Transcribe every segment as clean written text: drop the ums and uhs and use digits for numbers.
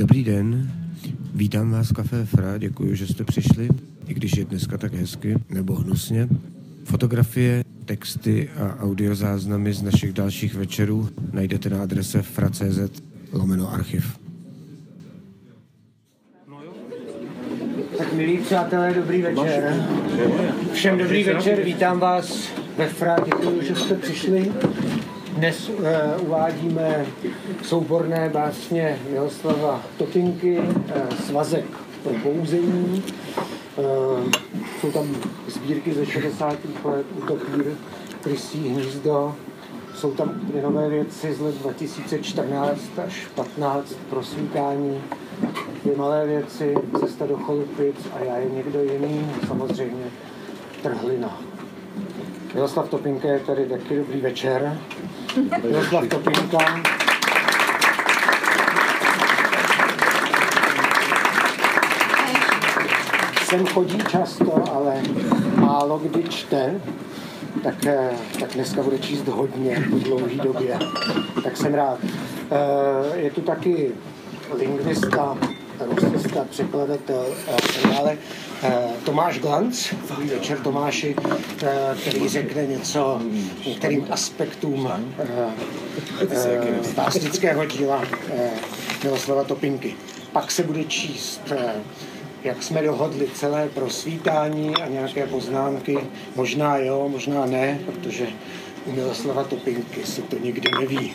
Dobrý den, vítám vás v Café Fra, děkuji, že jste přišli, i když je dneska tak hezky, nebo hnusně. Fotografie, texty a audiozáznamy z našich dalších večerů najdete na adrese fra.cz/archiv. Tak milí přátelé, dobrý večer. Všem dobrý večer, vítám vás ve Fra, děkuji, že jste přišli. Dnes uvádíme souborné básně Miloslava Topinky, Svazek probouzení. Jsou tam sbírky ze 60. let, Utopír, Krysí hnízdo. Jsou tam úplně nové věci z let 2014 až 15, Prosvítání, dvě malé věci, Cesta do Cholupic a Já je někdo jiný, samozřejmě Trhlina. Miloslav Topinka je tady taky, dobrý večer. Miloslav Topinka. Sem chodí často, ale málo kdy čte, tak dneska bude číst hodně po dlouhé době. Tak jsem rád. Je tu taky lingvista, rusista, překladatel ale Tomáš Glanc, dobrý večer Tomáši, který řekne něco některým aspektům básnického díla Miloslava Topinky. Pak se bude číst, jak jsme dohodli, celé Prosvítání a nějaké poznámky. Možná jo, možná ne, protože u Miloslava Topinky se to nikdy neví.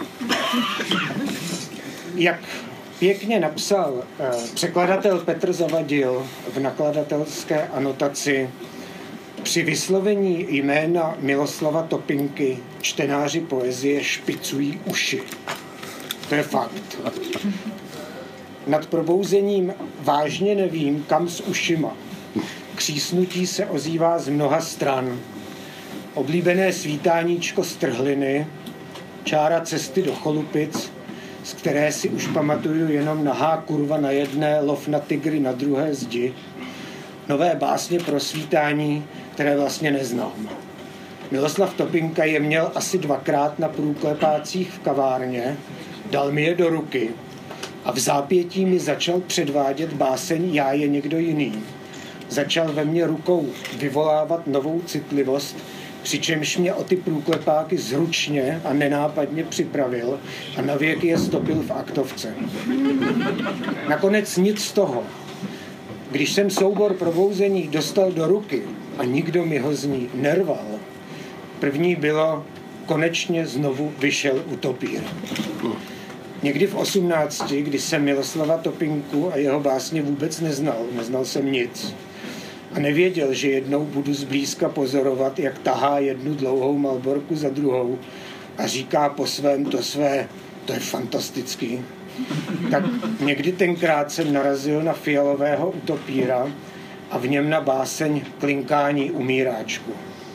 Jak pěkně napsal překladatel Petr Zavadil v nakladatelské anotaci: při vyslovení jména Miloslava Topinky čtenáři poezie špicují uši. To je fakt. Nad probouzením vážně nevím, kam s ušima. Křísnutí se ozývá z mnoha stran. Oblíbené svítáníčko z Trhliny, čára cesty do Cholupic, z které si už pamatuju jenom nahá kurva na jedné, lov na tygry na druhé zdi. Nové básně Prosvítání, které vlastně neznám. Miloslav Topinka je měl asi 2krát na průklepácích v kavárně, dal mi je do ruky a v zápětí mi začal předvádět báseň Já je někdo jiný. Začal ve mně rukou vyvolávat novou citlivost, přičemž mě o ty průklepáky zručně a nenápadně připravil a navěky je stopil v aktovce. Nakonec nic z toho. Když jsem soubor Probouzení dostal do ruky a nikdo mi ho z ní nerval, první bylo: konečně znovu vyšel Utopír. Někdy v 18, kdy jsem Miloslava Topinku a jeho básně vůbec neznal jsem nic. A nevěděl, že jednou budu zblízka pozorovat, jak tahá jednu dlouhou malborku za druhou a říká po svém to své, to je fantastický. Tak někdy tenkrát jsem narazil na fialového Utopíra a v něm na báseň Klinkání umíráčku.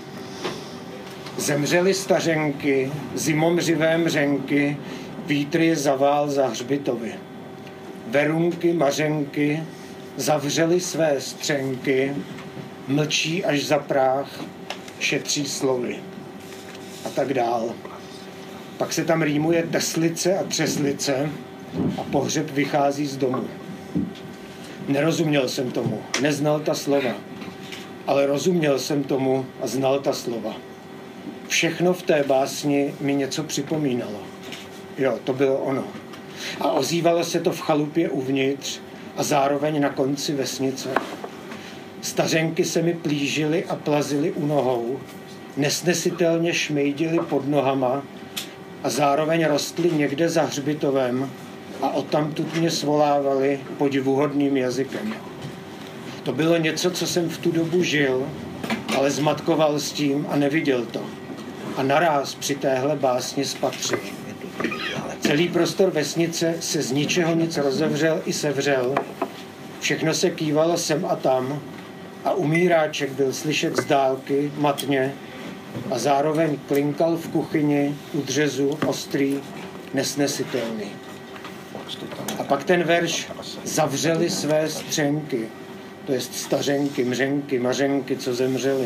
Zemřely stařenky, zimomřivé mřenky, vítr je zavál za hřbitovy. Verunky, mařenky zavřely své střenky, mlčí až za práh, šetří slovy. A tak dál. Pak se tam rýmuje teslice a třeslice a pohřeb vychází z domu. Nerozuměl jsem tomu, neznal ta slova, ale rozuměl jsem tomu a znal ta slova. Všechno v té básni mi něco připomínalo. Jo, to bylo ono. A ozývalo se to v chalupě uvnitř a zároveň na konci vesnice. Stařenky se mi plížily a plazily u nohou, nesnesitelně šmejdily pod nohama a zároveň rostly někde za hřbitovem a odtamtud mě svolávali podivuhodným jazykem. To bylo něco, co jsem v tu dobu žil, ale zmatkoval s tím a neviděl to. A naráz při téhle básni spatřil. Celý prostor vesnice se z ničeho nic rozevřel i sevřel. Všechno se kývalo sem a tam a umíráček byl slyšet z dálky, matně, a zároveň klinkal v kuchyni, u dřezu, ostrý, nesnesitelný. A pak ten verš zavřeli své střenky, to jest stařenky, mřenky, mařenky, co zemřely.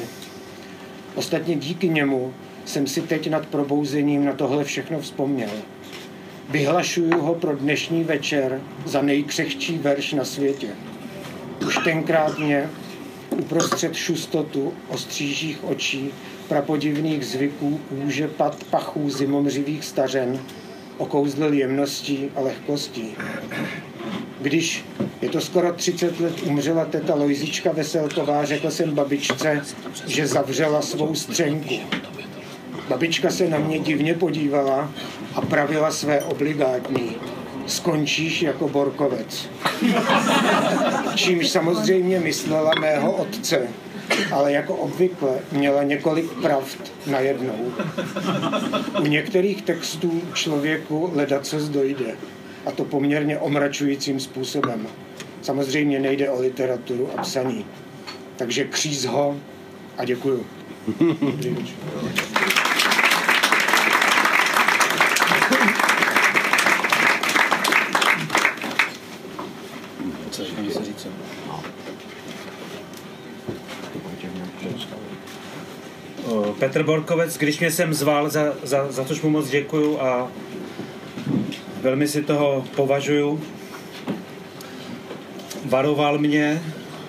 Ostatně díky němu jsem si teď nad probouzením na tohle všechno vzpomněl. Vyhlašuju ho pro dnešní večer za nejkřehčí verš na světě. Už tenkrát mě uprostřed šustotu, ostřížích očí, prapodivných zvyků, kůže, pat, pachů, zimomřivých stařen okouzlil jemností a lehkostí. Když je to skoro 30 let umřela teta Lojzička Veselková, řekl jsem babičce, že zavřela svou střenku. Babička se na mě divně podívala a pravila své obligátní. Skončíš jako Borkovec. Čímž samozřejmě myslela mého otce, ale jako obvykle měla několik pravd najednou. U některých textů člověku ledacos dojde, a to poměrně omračujícím způsobem. Samozřejmě nejde o literaturu a psaní. Takže kříz ho a děkuju. Petr Borkovec, když mě sem zval, za což mu moc děkuju a velmi si toho považuju, varoval mě,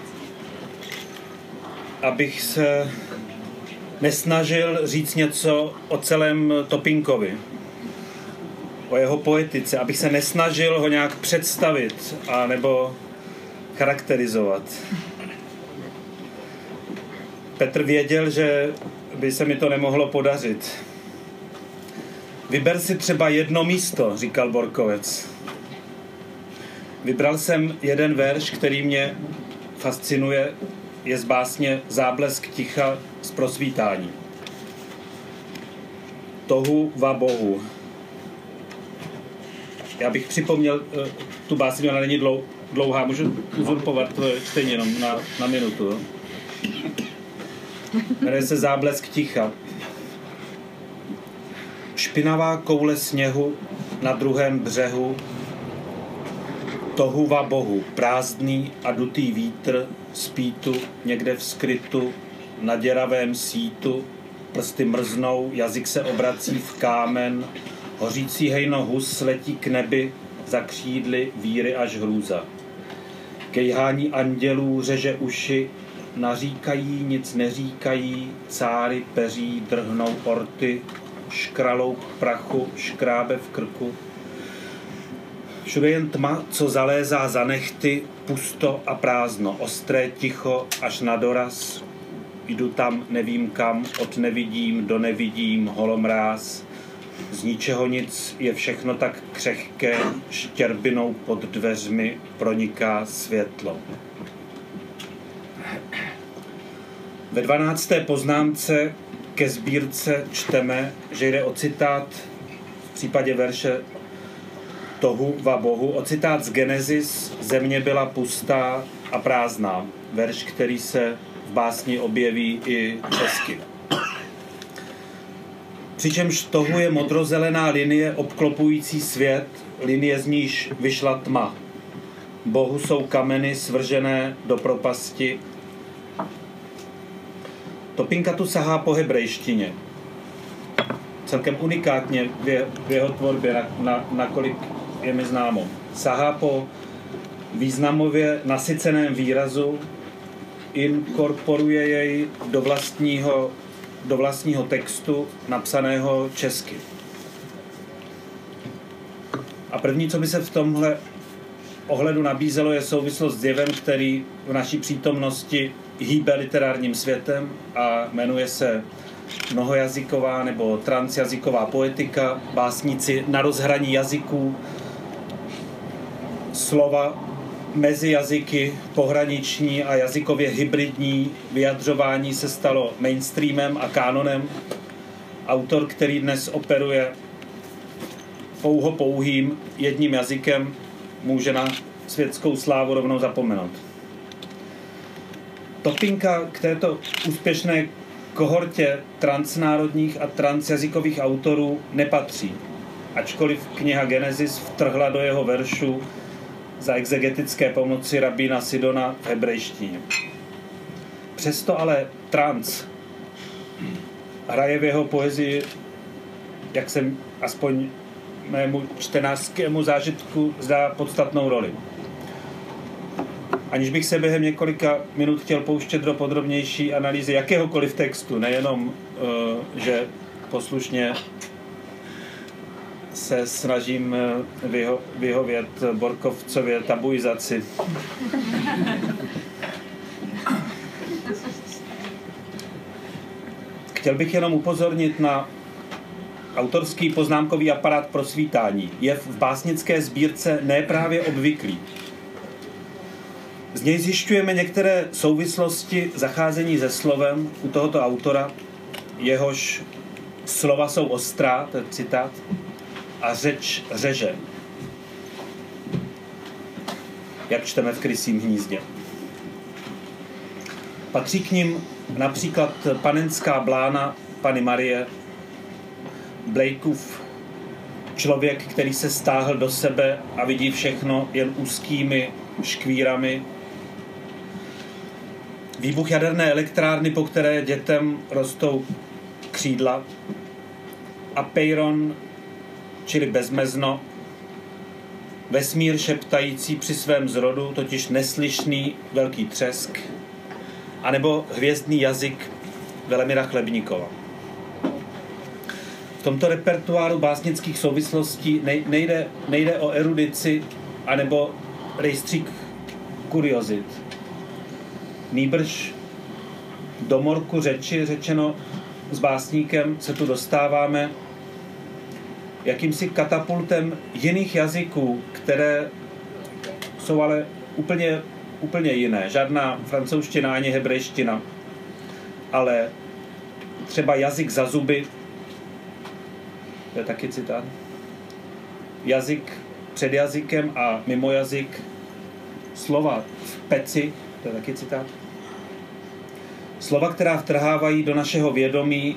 abych se nesnažil říct něco o celém Topinkovi, o jeho poetice, abych se nesnažil ho nějak představit a nebo charakterizovat. Petr věděl, že by se mi to nemohlo podařit. Vyber si třeba jedno místo, říkal Borkovec. Vybral jsem jeden verš, který mě fascinuje, je z básně Záblesk ticha z prosvítání. Tohu va bohu. Já bych připomněl tu básni, ona není dlouhá, můžu uzurpovat tvoje čtení jenom na minutu. Jmenuje se Záblesk ticha. Špinavá koule sněhu na druhém břehu, tohu va bohu, prázdný a dutý vítr spí tu někde v skrytu, na děravém sítu, prsty mrznou, jazyk se obrací v kámen, hořící hejno hus letí k nebi, za křídly víry až hrůza. Kejhání andělů řeže uši, naříkají, nic neříkají, cáry peří, drhnou orty, škralouk prachu, škrábe v krku. Všude jen tma, co zalézá za nechty, pusto a prázdno, ostré ticho až na doraz. Jdu tam, nevím kam, od nevidím do nevidím, holomráz. Z ničeho nic, je všechno tak křehké, štěrbinou pod dveřmi proniká světlo. Ve 12. poznámce ke sbírce čteme, že jde o citát v případě verše Tohu va bohu, o citát z Genesis, země byla pustá a prázdná. Verš, který se v básni objeví i česky. Přičemž Tohu je modrozelená linie obklopující svět, linie z níž vyšla tma. Bohu jsou kameny svržené do propasti. Topinka tu sahá po hebrejštině. Celkem unikátně v jeho tvorbě, nakolik je mi známo. Sahá po významově nasyceném výrazu, inkorporuje jej do vlastního textu, napsaného česky. A první, co by se v tomhle ohledu nabízelo, je souvislost s jevem, který v naší přítomnosti hýbe literárním světem a jmenuje se mnohojazyková nebo transjazyková poetika, básníci na rozhraní jazyků, slova mezi jazyky, pohraniční a jazykově hybridní vyjadřování se stalo mainstreamem a kánonem. Autor, který dnes operuje pouhým jedním jazykem, může na světskou slávu rovnou zapomenout. Topinka k této úspěšné kohortě transnárodních a transjazykových autorů nepatří, ačkoliv kniha Genesis vtrhla do jeho veršů za exegetické pomoci rabína Sidona v hebrejštině. Přesto ale trans hraje v jeho poezii, jak jsem aspoň mému čtenářskému zážitku zdá podstatnou roli. Aniž bych se během několika minut chtěl pouštět do podrobnější analýzy jakéhokoliv textu, nejenom, že poslušně se snažím vyhovět Borkovcově tabuizaci. Chtěl bych jenom upozornit na autorský poznámkový aparát pro svítání. Je v básnické sbírce neprávě obvyklý. Z něj zjišťujeme některé souvislosti zacházení se slovem u tohoto autora, jehož slova jsou ostrá, to je citát, a řeč řeže. Jak čteme v Krysím hnízdě. Patří k nim například Panenská blána Panny Marie, Blakeův člověk, který se stáhl do sebe a vidí všechno jen úzkými škvírami, výbuch jaderné elektrárny, po které dětem rostou křídla, a Peyron, čili bezmezno, vesmír šeptající při svém zrodu, totiž neslyšný velký třesk, anebo hvězdný jazyk Velemira Chlebníkova. V tomto repertoáru básnických souvislostí nejde o erudici anebo rejstřík kuriozit. Nýbrž do morku řeči, řečeno s básníkem, se tu dostáváme jakýmsi katapultem jiných jazyků, které jsou ale úplně jiné. Žádná francouzština ani hebrejština, ale třeba jazyk za zuby, to je taky citát, jazyk před jazykem a mimo jazyk, slova v peci, to je taky citát, slova, která vtrhávají do našeho vědomí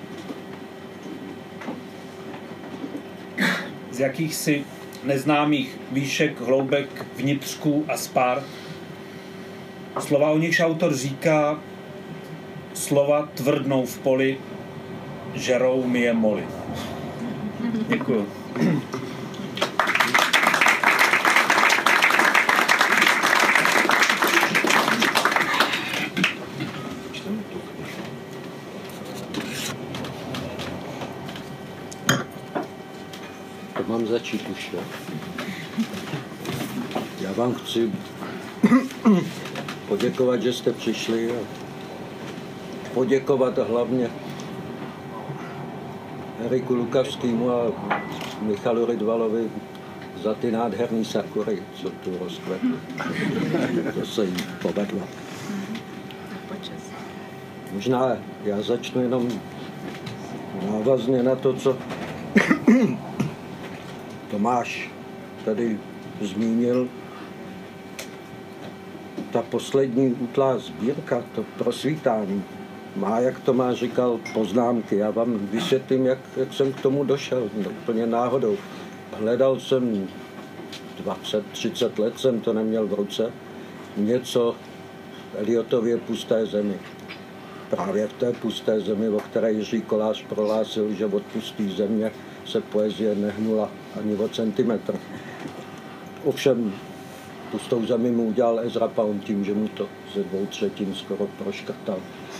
z jakýchsi neznámých výšek, hloubek, vnitřků a spár. Slova, o nichž autor říká, slova tvrdnou v poli, žerou mi je moly. Děkuju. To mám začít už, jo? Já vám chci poděkovat, že jste přišli, a poděkovat hlavně Eriku Lukavskému a Michalu Rydvalovi za ty nádherný sakury, co tu rozkvetly. To se jí povedlo. Možná já začnu jenom návazně na to, co Tomáš tady zmínil. Ta poslední útlá sbírka, to prosvítání, má, jak Tomáš říkal, poznámky. Já vám vysvětlím, jak jsem k tomu došel, úplně náhodou. Hledal jsem 20-30 let, jsem to neměl v ruce, něco Eliotově Pusté zemi. Právě v té pusté zemi, o které Jiří Kolář prohlásil, že od pusté země se poezie nehnula ani o centimetr. Ovšem Pustou zemi mu udělal Ezra Pound tím, že mu to ze 2/3 skoro proškrtal.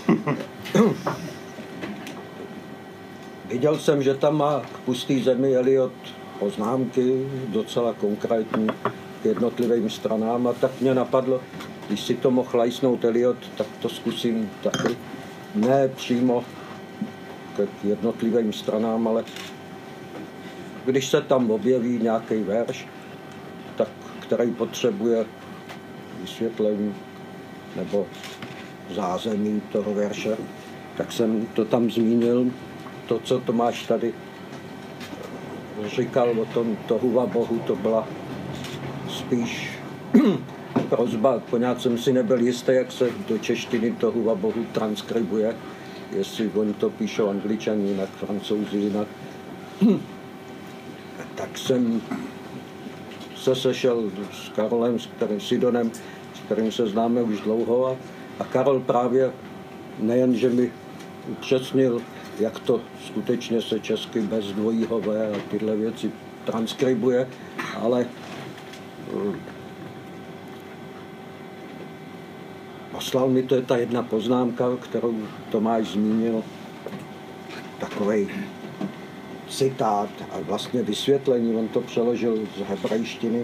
Viděl jsem, že tam má k Pusté zemi Eliot poznámky docela konkrétní k jednotlivým stranám, a tak mě napadlo, když si to mohl lajsnout Eliot, tak to zkusím taky. Ne přímo k jednotlivým stranám, ale když se tam objeví nějaký verš, tak, který potřebuje vysvětlení nebo zázemí toho verše, tak jsem to tam zmínil. To, co Tomáš tady říkal o tom Tohuva Bohu, to byla spíš prosba. Poněvadž jsem si nebyl jistý, jak se do češtiny Tohuva Bohu transkribuje, jestli oni to píšou Angličani jinak, Francouzi jinak. Tak jsem se sešel s Karolem, Sidonem, s kterým se známe už dlouho, a Karol právě nejen, že mi upřesnil, jak to skutečně se česky bez dvojího V a tyhle věci transkribuje, ale poslal mi to je ta jedna poznámka, kterou Tomáš zmínil, takovej citát a vlastně vysvětlení, on to přeložil z hebrejštiny,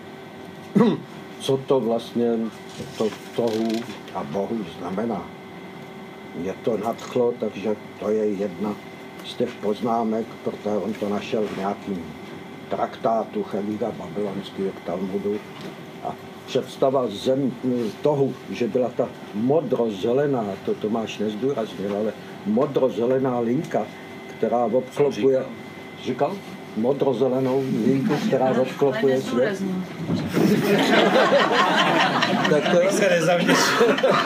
co to vlastně to tohu a Bohu znamená. Mě to nadchlo, takže to je jedna z těch poznámek, protože on to našel v nějakým traktátu Chelída babylonského Talmudu. A představa tohu, že byla ta modrozelená, to Tomáš nezdůraznil, ale modrozelená linka, která obklopuje... Říkal? Modrozelenou linku, která obklopuje svět. Tak to se nezavděčil.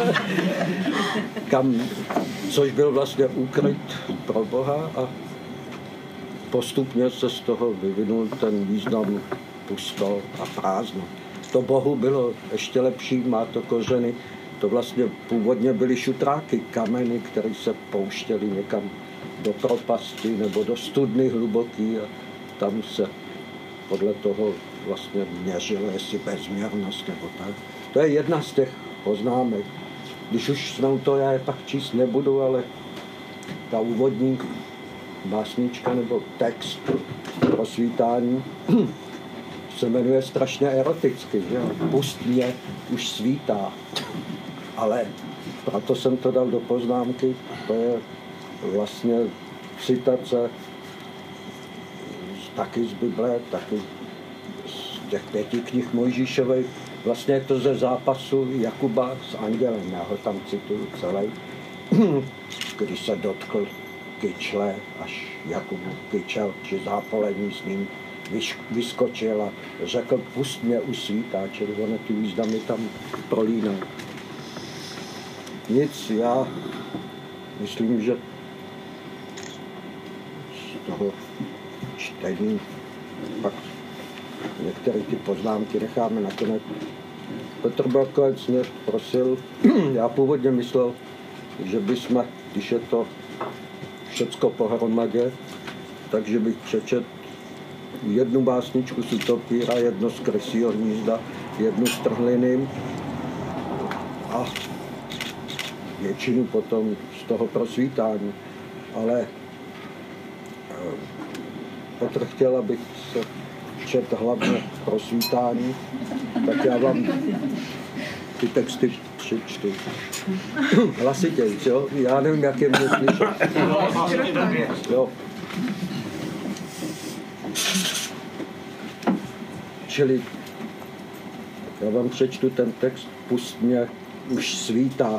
Což byl vlastně úkryt pro Boha a postupně se z toho vyvinul ten význam pusto a prázdno. To Bohu bylo ještě lepší, má to kořeny. To vlastně původně byly šutráky, kameny, které se pouštěly někam do propasti nebo do studny hluboký a tam se podle toho vlastně měřilo, jestli bezměrnost nebo tak. To je jedna z těch poznámek. Když už jsme to, já je pak číst nebudu, ale ta úvodní básnička nebo text pro svítání se jmenuje strašně eroticky, že jo? Pust mě, už svítá. Ale proto jsem to dal do poznámky, to je vlastně citace taky z Bible, taky z těch 5 knih Mojžíšovej. Vlastně je to ze zápasu Jakuba s andělem, já ho tam cituju celý. Když se dotkl kyčle, až Jakubu kyčel, či zápolení s ním vyskočil a řekl, pust mě, už svítá, čili ono ty významy tam prolínou. Nic, já myslím, že z toho čtení pak některé ty poznámky necháme nakonec. Petr Belkovec mě prosil, já původně myslel, že bychom, když je to všecko pohromadě, takže bych přečet jednu básničku z Utopíra, jedno z Krysího hnízda, jednu z Trhliny a většinu potom z toho prosvítání. Ale Petr chtěl, abych se čet hlavně prosvítání, tak já vám ty texty přečtu. Hlasitějc, jo? Já nevím, jak je mě slyšet. Jo. Čili já vám přečtu ten text, pust mě, už svítá.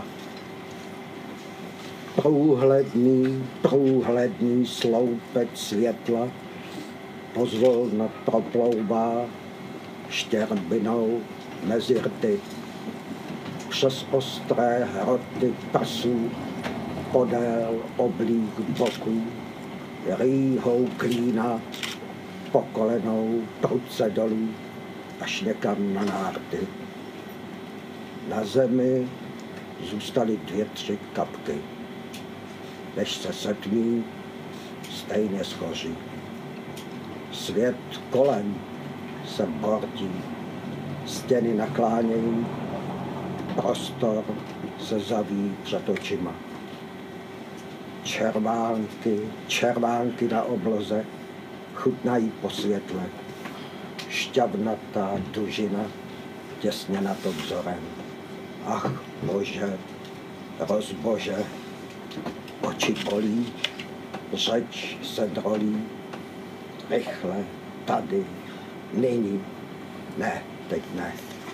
Průhledný sloupec světla pozvolna proplouvá štěrbinou mezi rty. Přes ostré hroty prsů podél oblík boků rýhou klína po kolenou prudce dolů až někam na nárty. Na zemi zůstaly 2-3 kapky. Než se setmí, stejně schoří. Svět kolem se bortí, stěny naklánějí, prostor se zaví před očima. Červánky na obloze chutnají po světle. Šťavnatá dužina těsně nad obzorem. Ach, Bože, rozbože, oči bolí, řeč se drolí, rychle, tady, nyní, ne, teď ne.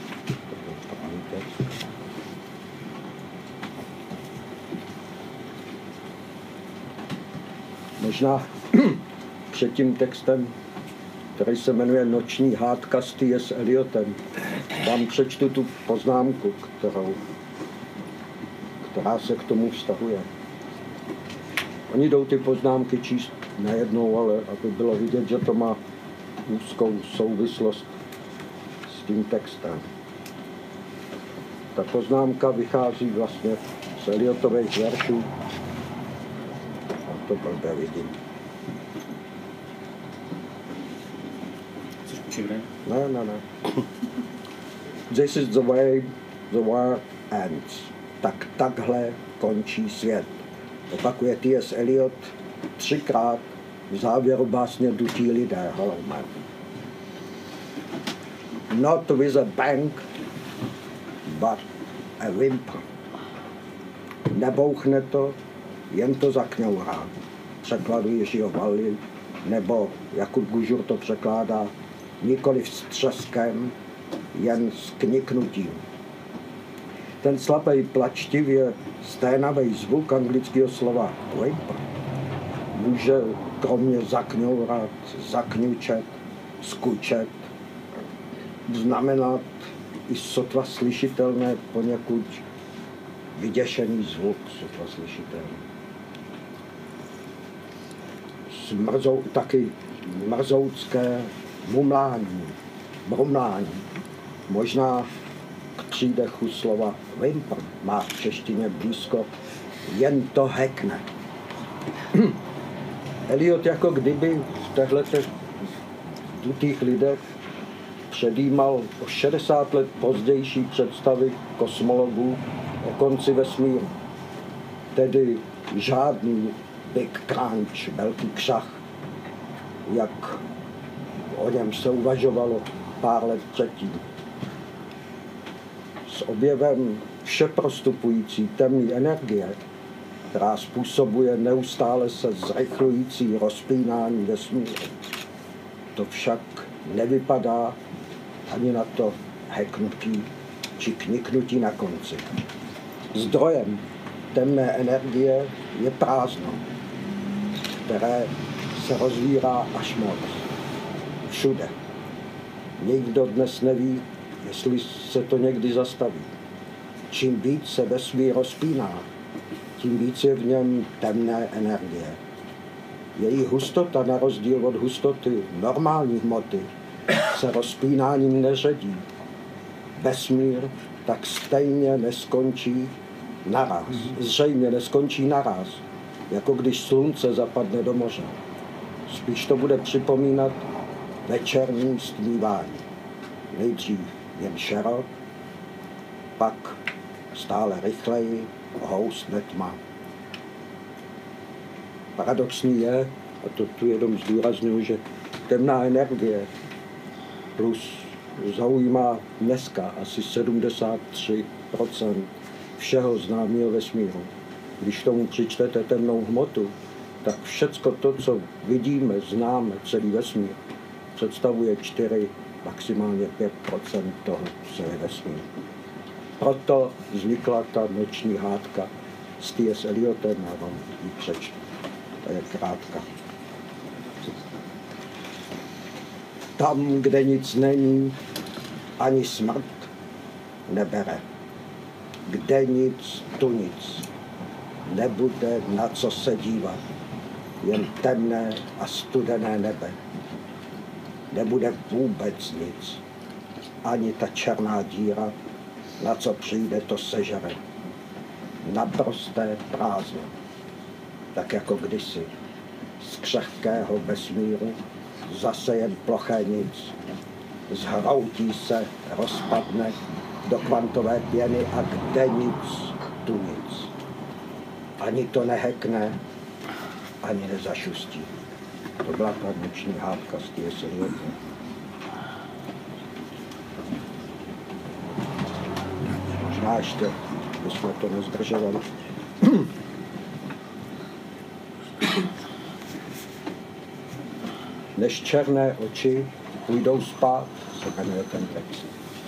Možná před tím textem, který se jmenuje Noční hádka s T.S. Eliotem, vám přečtu tu poznámku, která se k tomu vztahuje. Oni jdou ty poznámky číst nejednou, ale aby bylo vidět, že to má úzkou souvislost s tím textem. Ta poznámka vychází vlastně z Eliotových veršů. A to blbě vidím. Children? No. This is the way the war ends. Takhle končí svět. Opakuje T.S. Eliot 3krát v závěru básně Dutí lidé. Holome. Not with a bang, but a whimper. Nebouchne to, jen to zakňourá. Překladu Jiřího Valli, nebo Jakub Gužur to překládá, nikoliv s třeskem, jen s kniknutím. Ten slabý, plačtivě sténavý zvuk anglického slova whimper může kromě zakňourat, zakňučet, skučet, znamenat i sotva slyšitelné, poněkud vyděšený zvuk, sotva slyšitelný. Taky mrzoucké mumlání, brumlání. Možná k přídechu slova whimper má v češtině blízko jen to hekne. Eliot jako kdyby v těchto dutých lidech předjímal o 60 let pozdější představy kosmologů o konci vesmíru. Tedy žádný Big Crunch, velký křach, jak o něm se uvažovalo pár let předtím. S objevem všeprostupující temné energie, která způsobuje neustále se zrychlující rozpínání vesmíru. To však nevypadá ani na to heknutí či kniknutí na konci. Zdrojem temné energie je prázdno, které se rozvírá až moc. Všude. Nikdo dnes neví, jestli se to někdy zastaví. Čím víc se vesmír rozpíná, tím víc je v něm temné energie. Její hustota, na rozdíl od hustoty normální hmoty, se rozpínáním neředí. Vesmír tak stejně neskončí naraz. Zřejmě neskončí naraz, jako když slunce zapadne do moře. Spíš to bude připomínat večerní stmívání. Nejdřív jen šero, pak stále rychleji houstne tma. Paradoxní je, a to tu jenom zdůraznuju, že temná energie plus zaujímá dneska asi 73% všeho známého vesmíru. Když tomu přičtete temnou hmotu, tak všecko to, co vidíme, známe, celý vesmír, představuje 4, maximálně 5% toho, co je vesmír. Proto vznikla ta noční hádka s T.S. Eliotem, já vám ji přečtu. To je krátka. Tam, kde nic není, ani smrt nebere. Kde nic, tu nic. Nebude na co se dívat. Jen temné a studené nebe. Nebude vůbec nic. Ani ta černá díra, na co přijde, to sežere. Naprosté prázdno. Tak jako kdysi. Z křehkého vesmíru zase jen ploché nic. Zhroutí se, rozpadne do kvantové pěny a kde nic, tu nic. Ani to nehekne, ani nezašustí. To byla ta noční hádka z T.S. Eliota. Možná ještě bychom to nezdržovali. Než černé oči půjdou spát, se jmenuje ten text.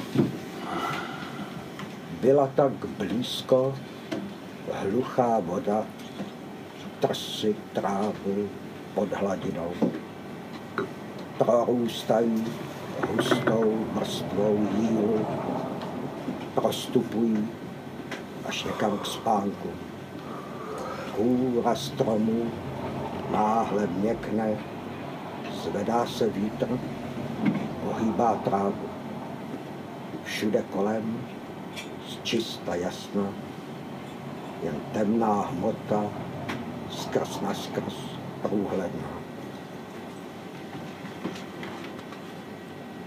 Byla tak blízko hluchá voda, trsy trávy pod hladinou. Prorůstají hustou vrstvou jílu, prostupují až někam k spánku. Kůra stromů náhle měkne, zvedá se vítr, ohýbá trávu. Všude kolem, čista jasna, jen temná hmota, skrz na skrz průhledná.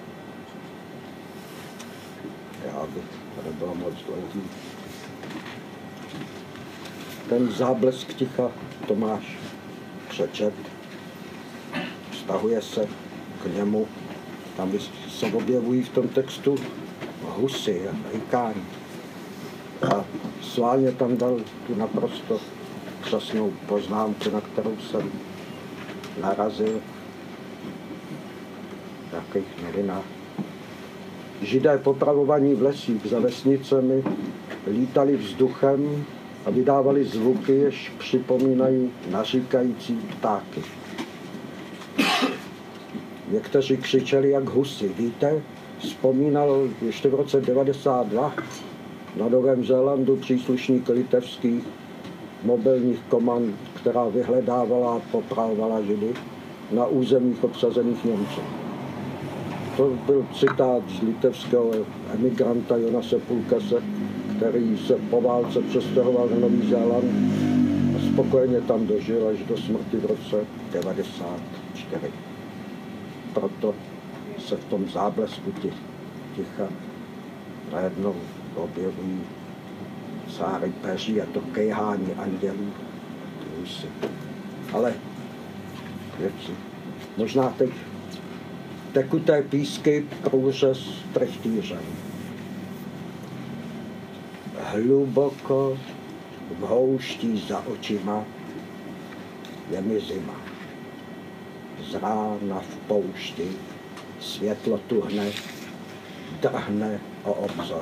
aby to nebylo moc dlouhý. Ten záblesk ticha Tomáš přečet, vztahuje se k němu, tam se objevují v tom textu husy a rykání. A sválně tam dal tu naprosto přesnou poznámku, na kterou jsem narazil v nějakých novinách. Židé popravovaní v lesích za vesnicemi lítali vzduchem a vydávali zvuky, jež připomínají naříkající ptáky. Někteří křičeli jak husy. Víte, vzpomínal ještě v roce 1992 na Novém Zélandu příslušník litevských mobilních komand, která vyhledávala a popravovala Židy na územích obsazených Němci. To byl citát z litevského emigranta Jonase Pulkase, který se po válce přestěhoval na Nový Zéland a spokojeně tam dožil až do smrti v roce 1994. Proto se v tom záblesku ticha najednou objevují sáry peří a to kejhání andělů. Ale věci. Možná teď tekuté písky průřez trechtýřem. Hluboko v houští za očima je mi zima. Z rána v poušti světlo tuhne, drhne o obzor.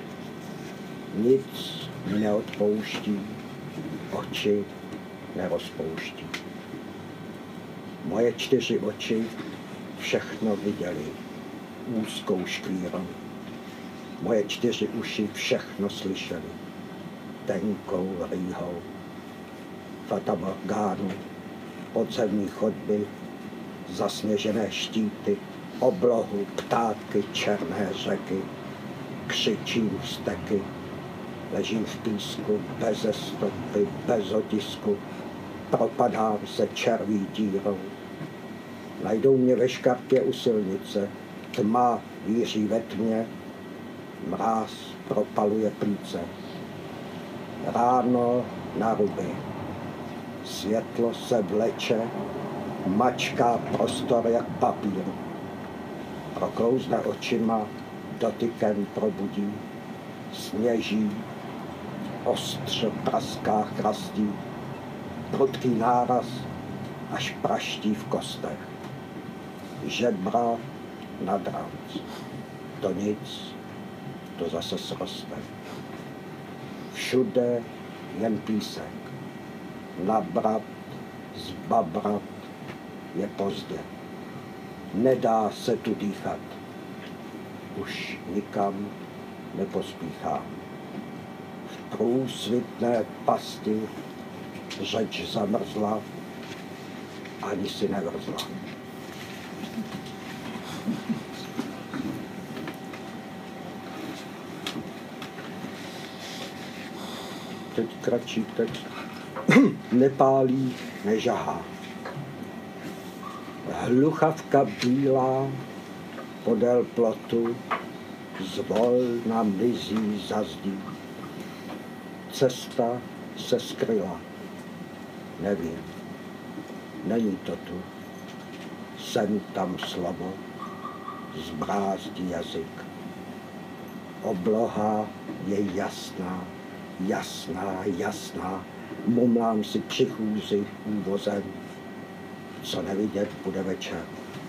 Nic mi neodpouští, oči nerozpouští. Moje 4 oči všechno viděli úzkou škvírou. Moje 4 uši všechno slyšeli tenkou rýhou. Fata Morgánu, podzemní chodby, zasněžené štíty, oblohu, ptáky, černé řeky, křičím vzteky, ležím v písku, beze stopy, bez otisku, propadám se červí dírou. Najdou mě ve škartě u silnice, tma víří ve tmě, mráz propaluje plíce. Ráno na ruby, světlo se vleče, mačká prostor jak papír. Proklouzne očima, dotykem probudí, sněží, ostře praská chrastí, prudký náraz až praští v kostech. Žebra nad ranc, to nic, to zase sroste. Všude jen písek, nabrat, zbabrat je pozdě. Nedá se tu dýchat, už nikam nepospíchám. V průsvitné pasti řeč zamrzla, ani si nevrzla. Teď kratší text. Nepálí, nežahá. Hluchavka bílá podél plotu zvolna mizí za zdí. Cesta se skryla. Nevím, není to tu. Sem tam slovo, zbrázdí jazyk. Obloha je jasná, jasná, jasná. Mumlám si při chůzi úvozem. Co nevidět, bude večer.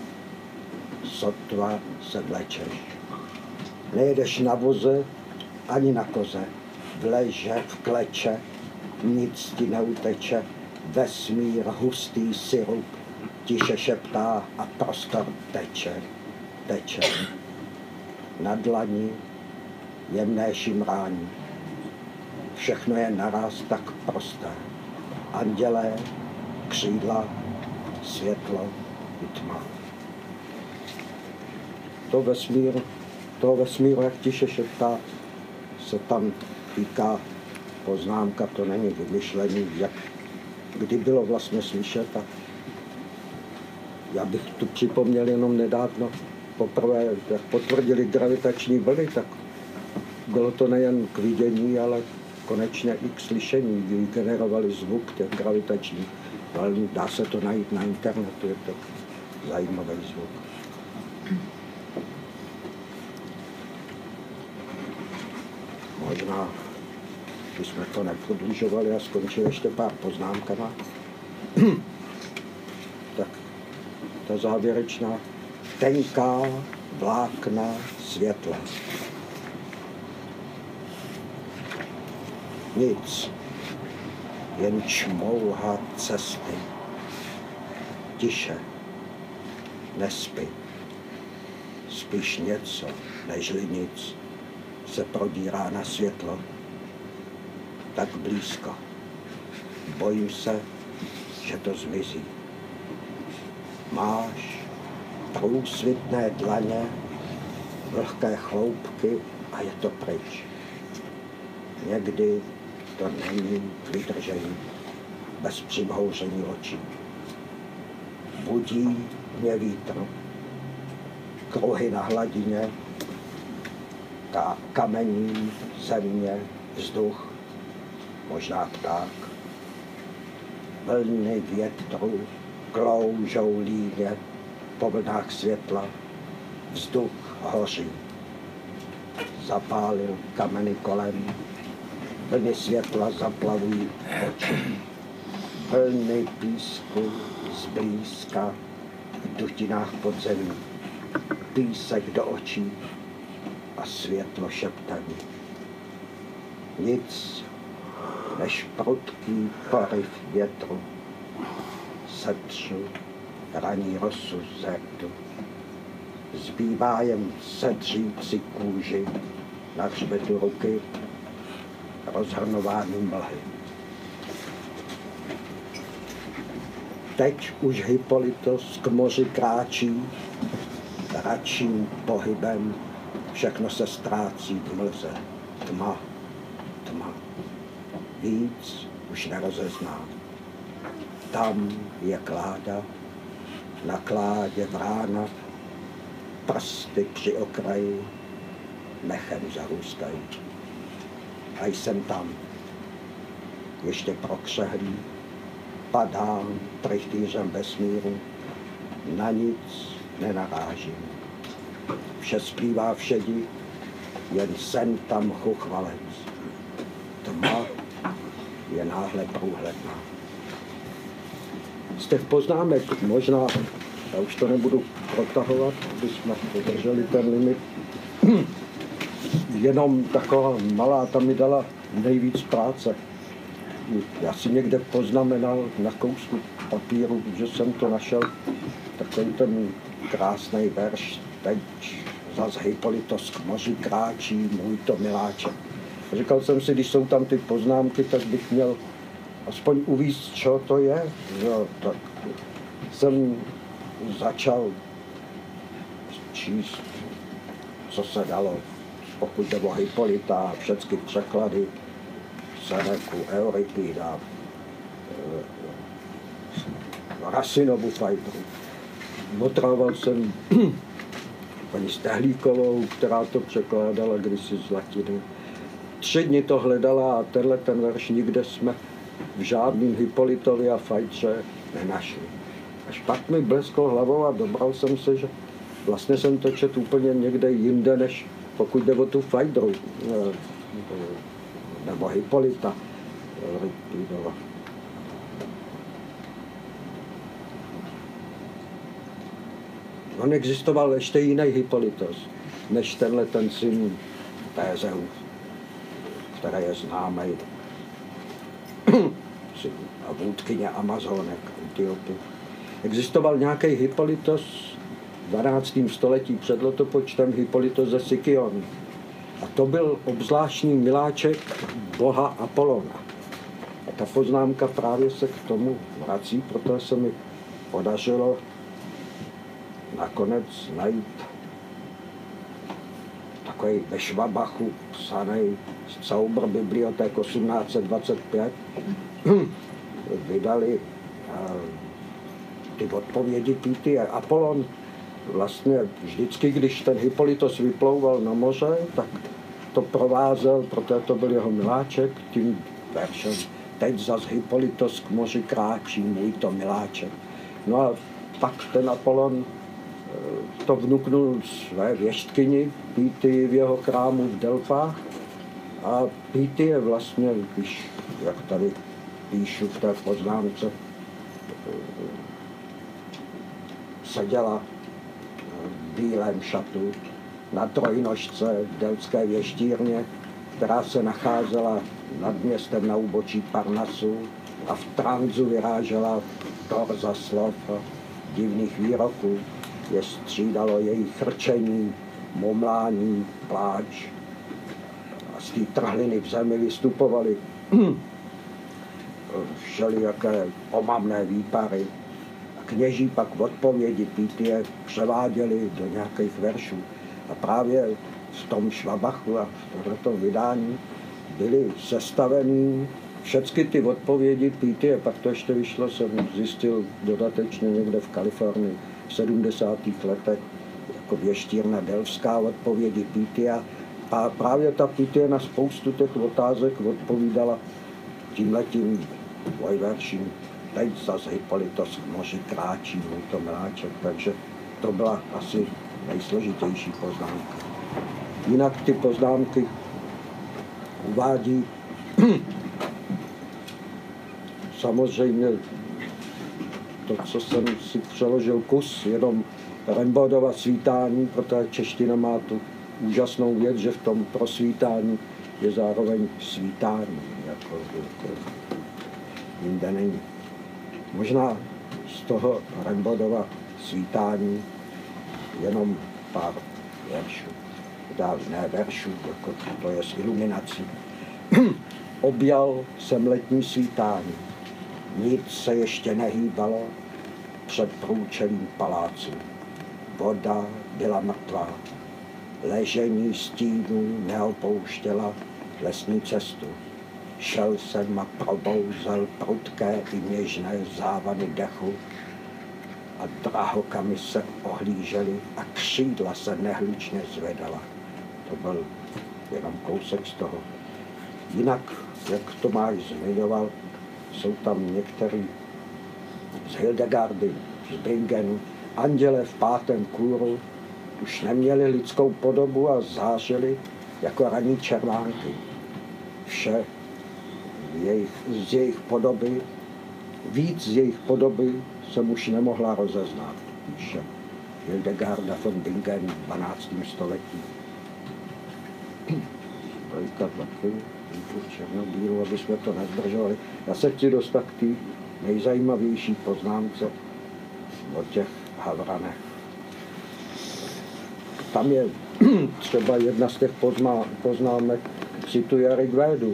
Sotva se vlečeš. Nejedeš na voze ani na koze. V leže, v kleče, nic ti neuteče. Vesmír, hustý sirup, tiše šeptá a prostor teče, teče. Na dlani jemné šimrání. Všechno je naraz tak prosté. Andělé, křídla, světlo i tma. Toho vesmíru, jak tiše šeptá, se tam týká poznámka, to není vymyšlení, jak kdy bylo vlastně slyšet. A já bych tu připomněl jenom nedávno, poprvé, jak potvrdili gravitační vlny, tak bylo to nejen k vidění, ale konečně i k slyšení, kdy generovali zvuk těch gravitačních vln. Dá se to najít na internetu, je to zajímavý zvuk. Možná, když jsme to neprodlužovali a skončili ještě pár poznámkama, tak ta závěrečná tenká vlákna světla. Nic, jen čmouha cesty. Tiše, nespí. Spíš něco, nežli nic, se prodírá na světlo. Tak blízko. Bojím se, že to zmizí. Máš průsvitné dlaně, vlhké chloupky a je to pryč. Někdy to není k vydržení, bez přibhouření očí. Budí mě vítr, kruhy na hladině, kamení, země, vzduch, možná pták. Vlny větru kloužou líně po vlnách světla, vzduch hoří. Zapálil kameny kolem, vlny světla zaplavují oči. Vlny písku zblízka v dutinách podzemí, písek do očí a světlo šeptaní. Nic než prudký poryv větru, setřu raní rosu z rtu. Zbývá jen sedřít si kůži na hřbetu ruky, rozhrnování mlhy. Teď už Hippolytos k moři kráčí, radším pohybem všechno se ztrácí v mlze. Tma, tma. Víc už nerozezná. Tam je kláda, na kládě vrána, prsty při okraji mechem zarůstají. A jsem tam, ještě prokřehlý, padám trychtýřem vesmíru, na nic nenarážím. Vše splývá všedi, jen sen tam chuchvalec. Tma je náhle průhledná. Z těch poznámek možná, já už to nebudu protahovat, aby jsme dodrželi ten limit, jenom taková malá, ta mi dala nejvíc práce. Já si někde poznamenal na kousku papíru, že jsem to našel, takový ten krásný verš, teď zas Hippolytos k moři kráčí, můj to miláče. Říkal jsem si, když jsou tam ty poznámky, tak bych měl aspoň uvíct, co to je. Jo, tak jsem začal číst, co se dalo, pokud jde o Hippolyta, všechny překlady, Seneku, Euripida, Rasinovu Fajtru. Otrával jsem paní Stehlíkovou, která to překládala kdysi z latiny. 3 dny to hledala a tenhle ten verš nikde jsme v žádným Hippolytovi a Fajtře nenašli. Až pak mi blesklo hlavou a dobral jsem se, že vlastně jsem to četl úplně někde jinde, než pokud jde o tu Fajtru nebo Hippolyta. On existoval ještě jiný Hippolytos, než tenhle ten syn Tézeus, který je známý a vůdkyně Amazonek Etiopie. Existoval nějaký Hippolytos v 12. století před letopočtem, Hippolytos ze Sikionu. A to byl obzvláštní miláček boha Apolona. A ta poznámka právě se k tomu vrací, protože se mi podařilo nakonec najít takový ve Švabachu psaný soubor Biblioték 1825. Vydali ty odpovědi Píty a Apolon vlastně vždycky, když ten Hippolytos vyplouval na moře, tak to provázel, protože to byl jeho miláček, tím veršem. Teď zas Hippolytos k moři kráčí, můj to miláček. No a pak ten Apollon to vnuknul své věštkyni, Pýty v jeho krámu v Delfách. A Pýty je vlastně, když, jak tady píšu v té poznámce, seděla v bílém šatu na trojnožce v delské věštírně, která se nacházela nad městem na úbočí Parnasu a v tranzu vyrážela torza slov a divných výroků, je střídalo jejich chrčení, mumlání, pláč. A z té trhliny v zemi vystupovaly všelijaké omamné výpary. A kněží pak v odpovědi Pýtie převáděli do nějakých veršů. A právě v tom Švabachu a v tomto vydání byly sestavený všechny ty odpovědi Pýtie, pak to ještě vyšlo, jsem zjistil dodatečně někde v Kalifornii v 70. letech, jako věštírna delfská odpovědi Pýtia. A právě ta Pýtie na spoustu těch otázek odpovídala tímhletím dvojverším. Teď zase Hippolytos k moři kráčí, můj to miláček, takže to byla asi nejsložitější poznámka. Jinak ty poznámky uvádí samozřejmě to, co jsem si přeložil kus, jenom Rimbaudova svítání, protože čeština má tu úžasnou věc, že v tom prosvítání je zároveň svítání, jako jinde není. Možná z toho Rimbaudova svítání jenom pár veršů. Ne veršů, jako to je s iluminací. Objal jsem letní svítání. Nic se ještě nehýbalo před průčelím palácu. Voda byla mrtvá. Ležení stínů neopouštěla lesní cestu. Šel jsem a probouzel prudké i něžné závany dechu a drahokamy se ohlížely a křídla se nehlučně zvedala. To byl jenom kousek z toho. Jinak, jak Tomáš zmiňoval, jsou tam některý z Hildegardy, z Bingenu, anděle v 5. kůru už neměli lidskou podobu a zářili jako ranní červánky. Vše z jejich podoby, víc z jejich podoby jsem už nemohla rozeznat, píše Hildegarda von Bingen v 12. století. Veliká taky, černobílu, aby jsme to nezdržovali. Já se chci dostat k té nejzajímavější poznámce o těch havranech. Tam je třeba jedna z těch poznámek, cituje Rigvédu,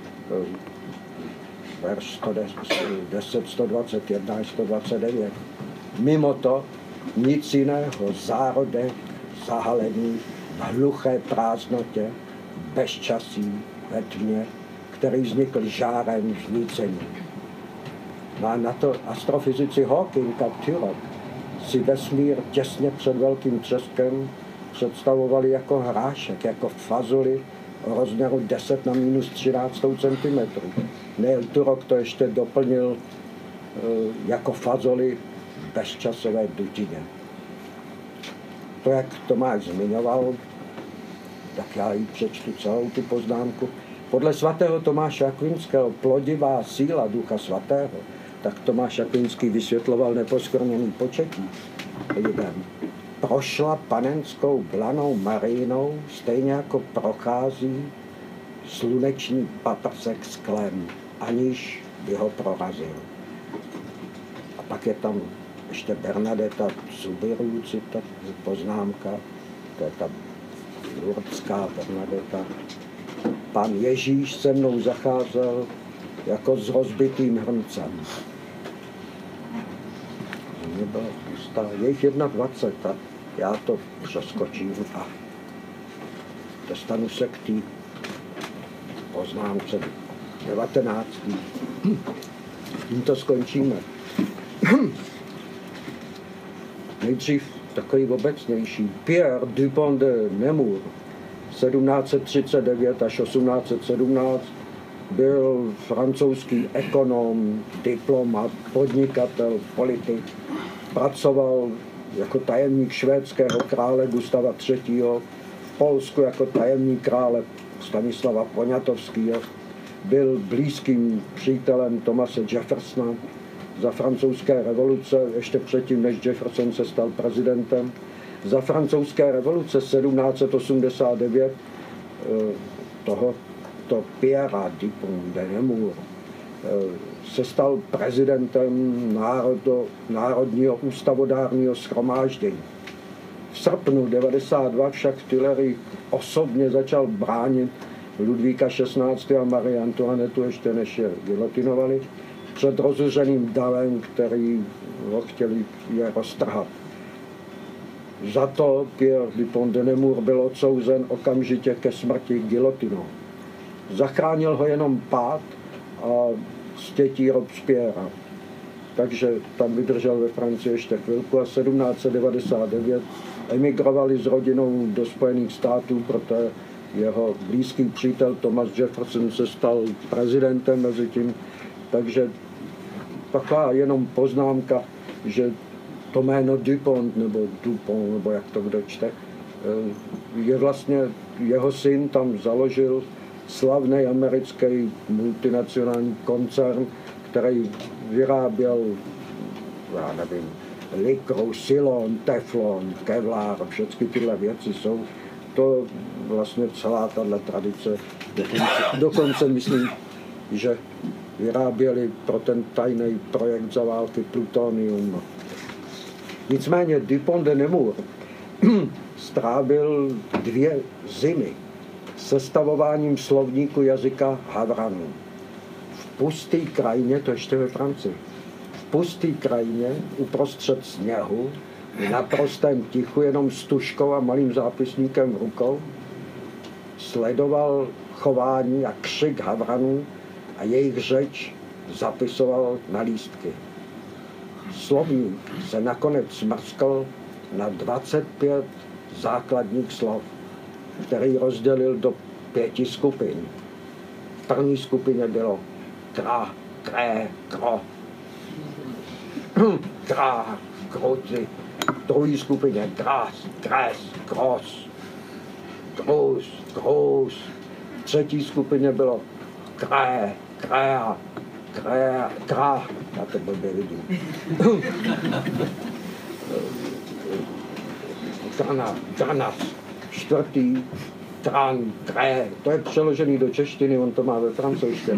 verš 10, 121 až 129. Mimo to nic jiného, zárodek zahalený v hluché prázdnotě, bezčasí, ve tmě, který vznikl žárem znícení. No a na to astrofyzici Hawking a Tyrok si vesmír těsně před velkým třeskem představovali jako hrášek, jako fazoli o rozměru 10 na minus 13 cm. Neil Turok to ještě doplnil jako fazoli v bezčasové dutině. To, jak Tomáš zmiňoval, tak já ji přečtu celou tu poznámku. Podle svatého Tomáše Akvinského plodivá síla Ducha Svatého, tak Tomáš Akvinský vysvětloval neposkvrněný početí lidem. Prošla panenskou blanou Marínou, stejně jako prochází sluneční paprsek sklem, aniž by ho prorazil. A pak je tam ještě Bernadeta Subiru, poznámka, to je ta lurdská Bernadeta. Pan Ježíš se mnou zacházel jako s rozbitým hrncem. Je jich 21 a já to přeskočím a dostanu se k té poznámce 19. Tím to skončíme. Nejdřív takový obecnější. Pierre Dupont de Nemours 1739 až 1817 byl francouzský ekonom, diplomat, podnikatel, politik. Pracoval jako tajemník švédského krále Gustava III. V Polsku jako tajemník krále Stanislava Poniatovského. Byl blízkým přítelem Thomase Jeffersona za francouzské revoluce, ještě předtím, než Jefferson se stal prezidentem. Za francouzské revoluce 1789 tohoto Pierra Dupont de Nemours se stal prezidentem Národního ústavodárního shromáždění. V srpnu 92 však Tuileries osobně začal bránit Ludvíka XVI. A Marie Antoinetu, ještě než je gilotinovali, před rozuřeným davem, který ho chtěli je roztrhat. Za to Pierre Dupont de Nemours byl odsouzen okamžitě ke smrti gilotinou. Zachránil ho jenom pád a stětí Robespierra. Takže tam vydržel ve Francii ještě chvilku a 1799 emigrovali s rodinou do Spojených států, protože jeho blízký přítel Thomas Jefferson se stal prezidentem mezi tím. Takže taková jenom poznámka, že to jméno Dupont, nebo Dupont, nebo jak to kdo čte, je vlastně jeho syn tam založil slavný americký multinacionální koncern, který vyráběl, já nevím, likru, silon, teflon, kevlar, všechny tyhle věci jsou. To vlastně celá tahle tradice, dokonce myslím, že vyráběli pro ten tajný projekt za války plutonium. Nicméně Dupont de Nemours strávil 2 zimy sestavováním slovníku jazyka Havranů. V pusté krajině, to ještě ve Francii, v pusté krajině uprostřed sněhu, v naprostém tichu, jenom s tužkou a malým zápisníkem v rukou, sledoval chování a křik Havranů a jejich řeč zapisoval na lístky. Slovník se nakonec smrskl na 25 základních slov, který rozdělil do 5 skupin. V první skupině bylo kra, kré, kro, krá, kruci. V druhé skupině gras, kres, kros, grus, grus. V třetí skupině bylo kré, krea, krá, já to blbě vidím. Granas, čtvrtý, tran, kré, to je přeložený do češtiny, on to má ve francouzské.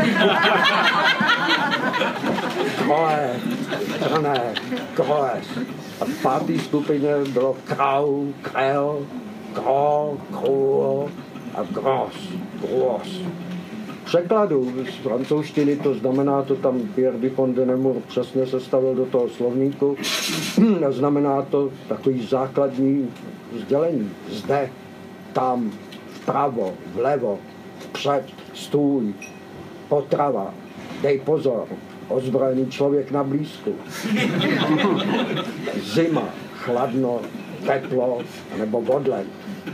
Kroé, trané, kroes. A v páté skupině bylo krau, krel, kro, kruo a gros, gros. V překladu z francouzštiny to znamená, to tam Pierre Dupont de Nemours přesně sestavil do toho slovníku, znamená to takový základní sdělení. Zde, tam, vpravo, vlevo, vpřed, stůj, potrava, dej pozor, ozbrojený člověk na blízku. Zima, chladno, teplo nebo bodlen.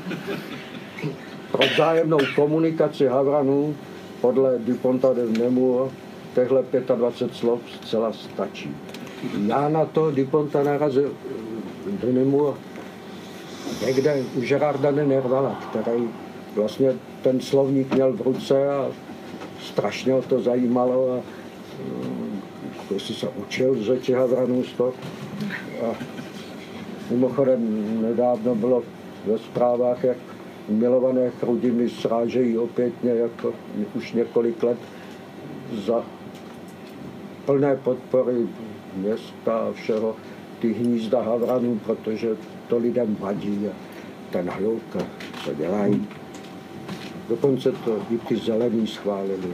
Pro vzájemnou komunikaci Havranů podle Duponta de Nemours těchto 25 slov zcela stačí. Já na to Duponta narazil de Nemours někde u Gérarda de Nervala, který vlastně ten slovník měl v ruce a strašně ho to zajímalo a jestli se učil řeči Havranů z toho. A mimochodem nedávno bylo ve zprávách, jak milované Chrudimy srážejí opětně jako už několik let za plné podpory města a všeho ty hnízda Havranů, protože to lidem vadí a ten hluk, co dělají. Dokonce to i ty zelení schválili.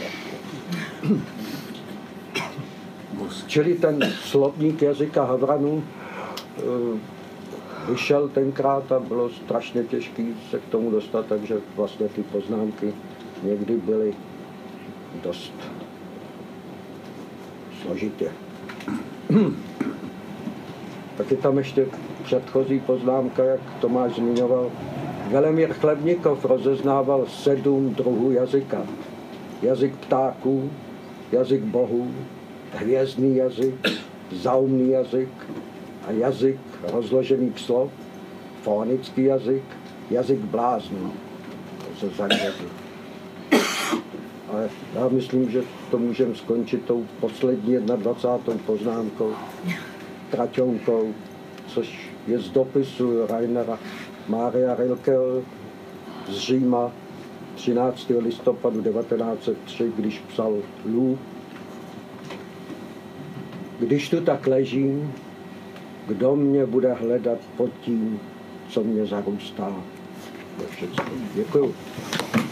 Čili ten slovník jazyka Havranů vyšel tenkrát a bylo strašně těžké se k tomu dostat, takže vlastně ty poznámky někdy byly dost složitě. Tak je tam ještě předchozí poznámka, jak Tomáš zmiňoval, Velemír Chlebnikov rozeznával 7 druhů jazyka. Jazyk ptáků, jazyk bohů, hvězdný jazyk, zaumný jazyk a jazyk rozložených slov, fonický jazyk bláznů. To se zaměří. Ale já myslím, že to můžeme skončit tou poslední 21. poznámkou, traťonkou, což je z dopisu Rainera Maria Rilkeho z Říma 13. listopadu 1903, když psal Lou. Když tu tak ležím, kdo mě bude hledat pod tím, co mě zarůstá? To je všechno. Děkuju.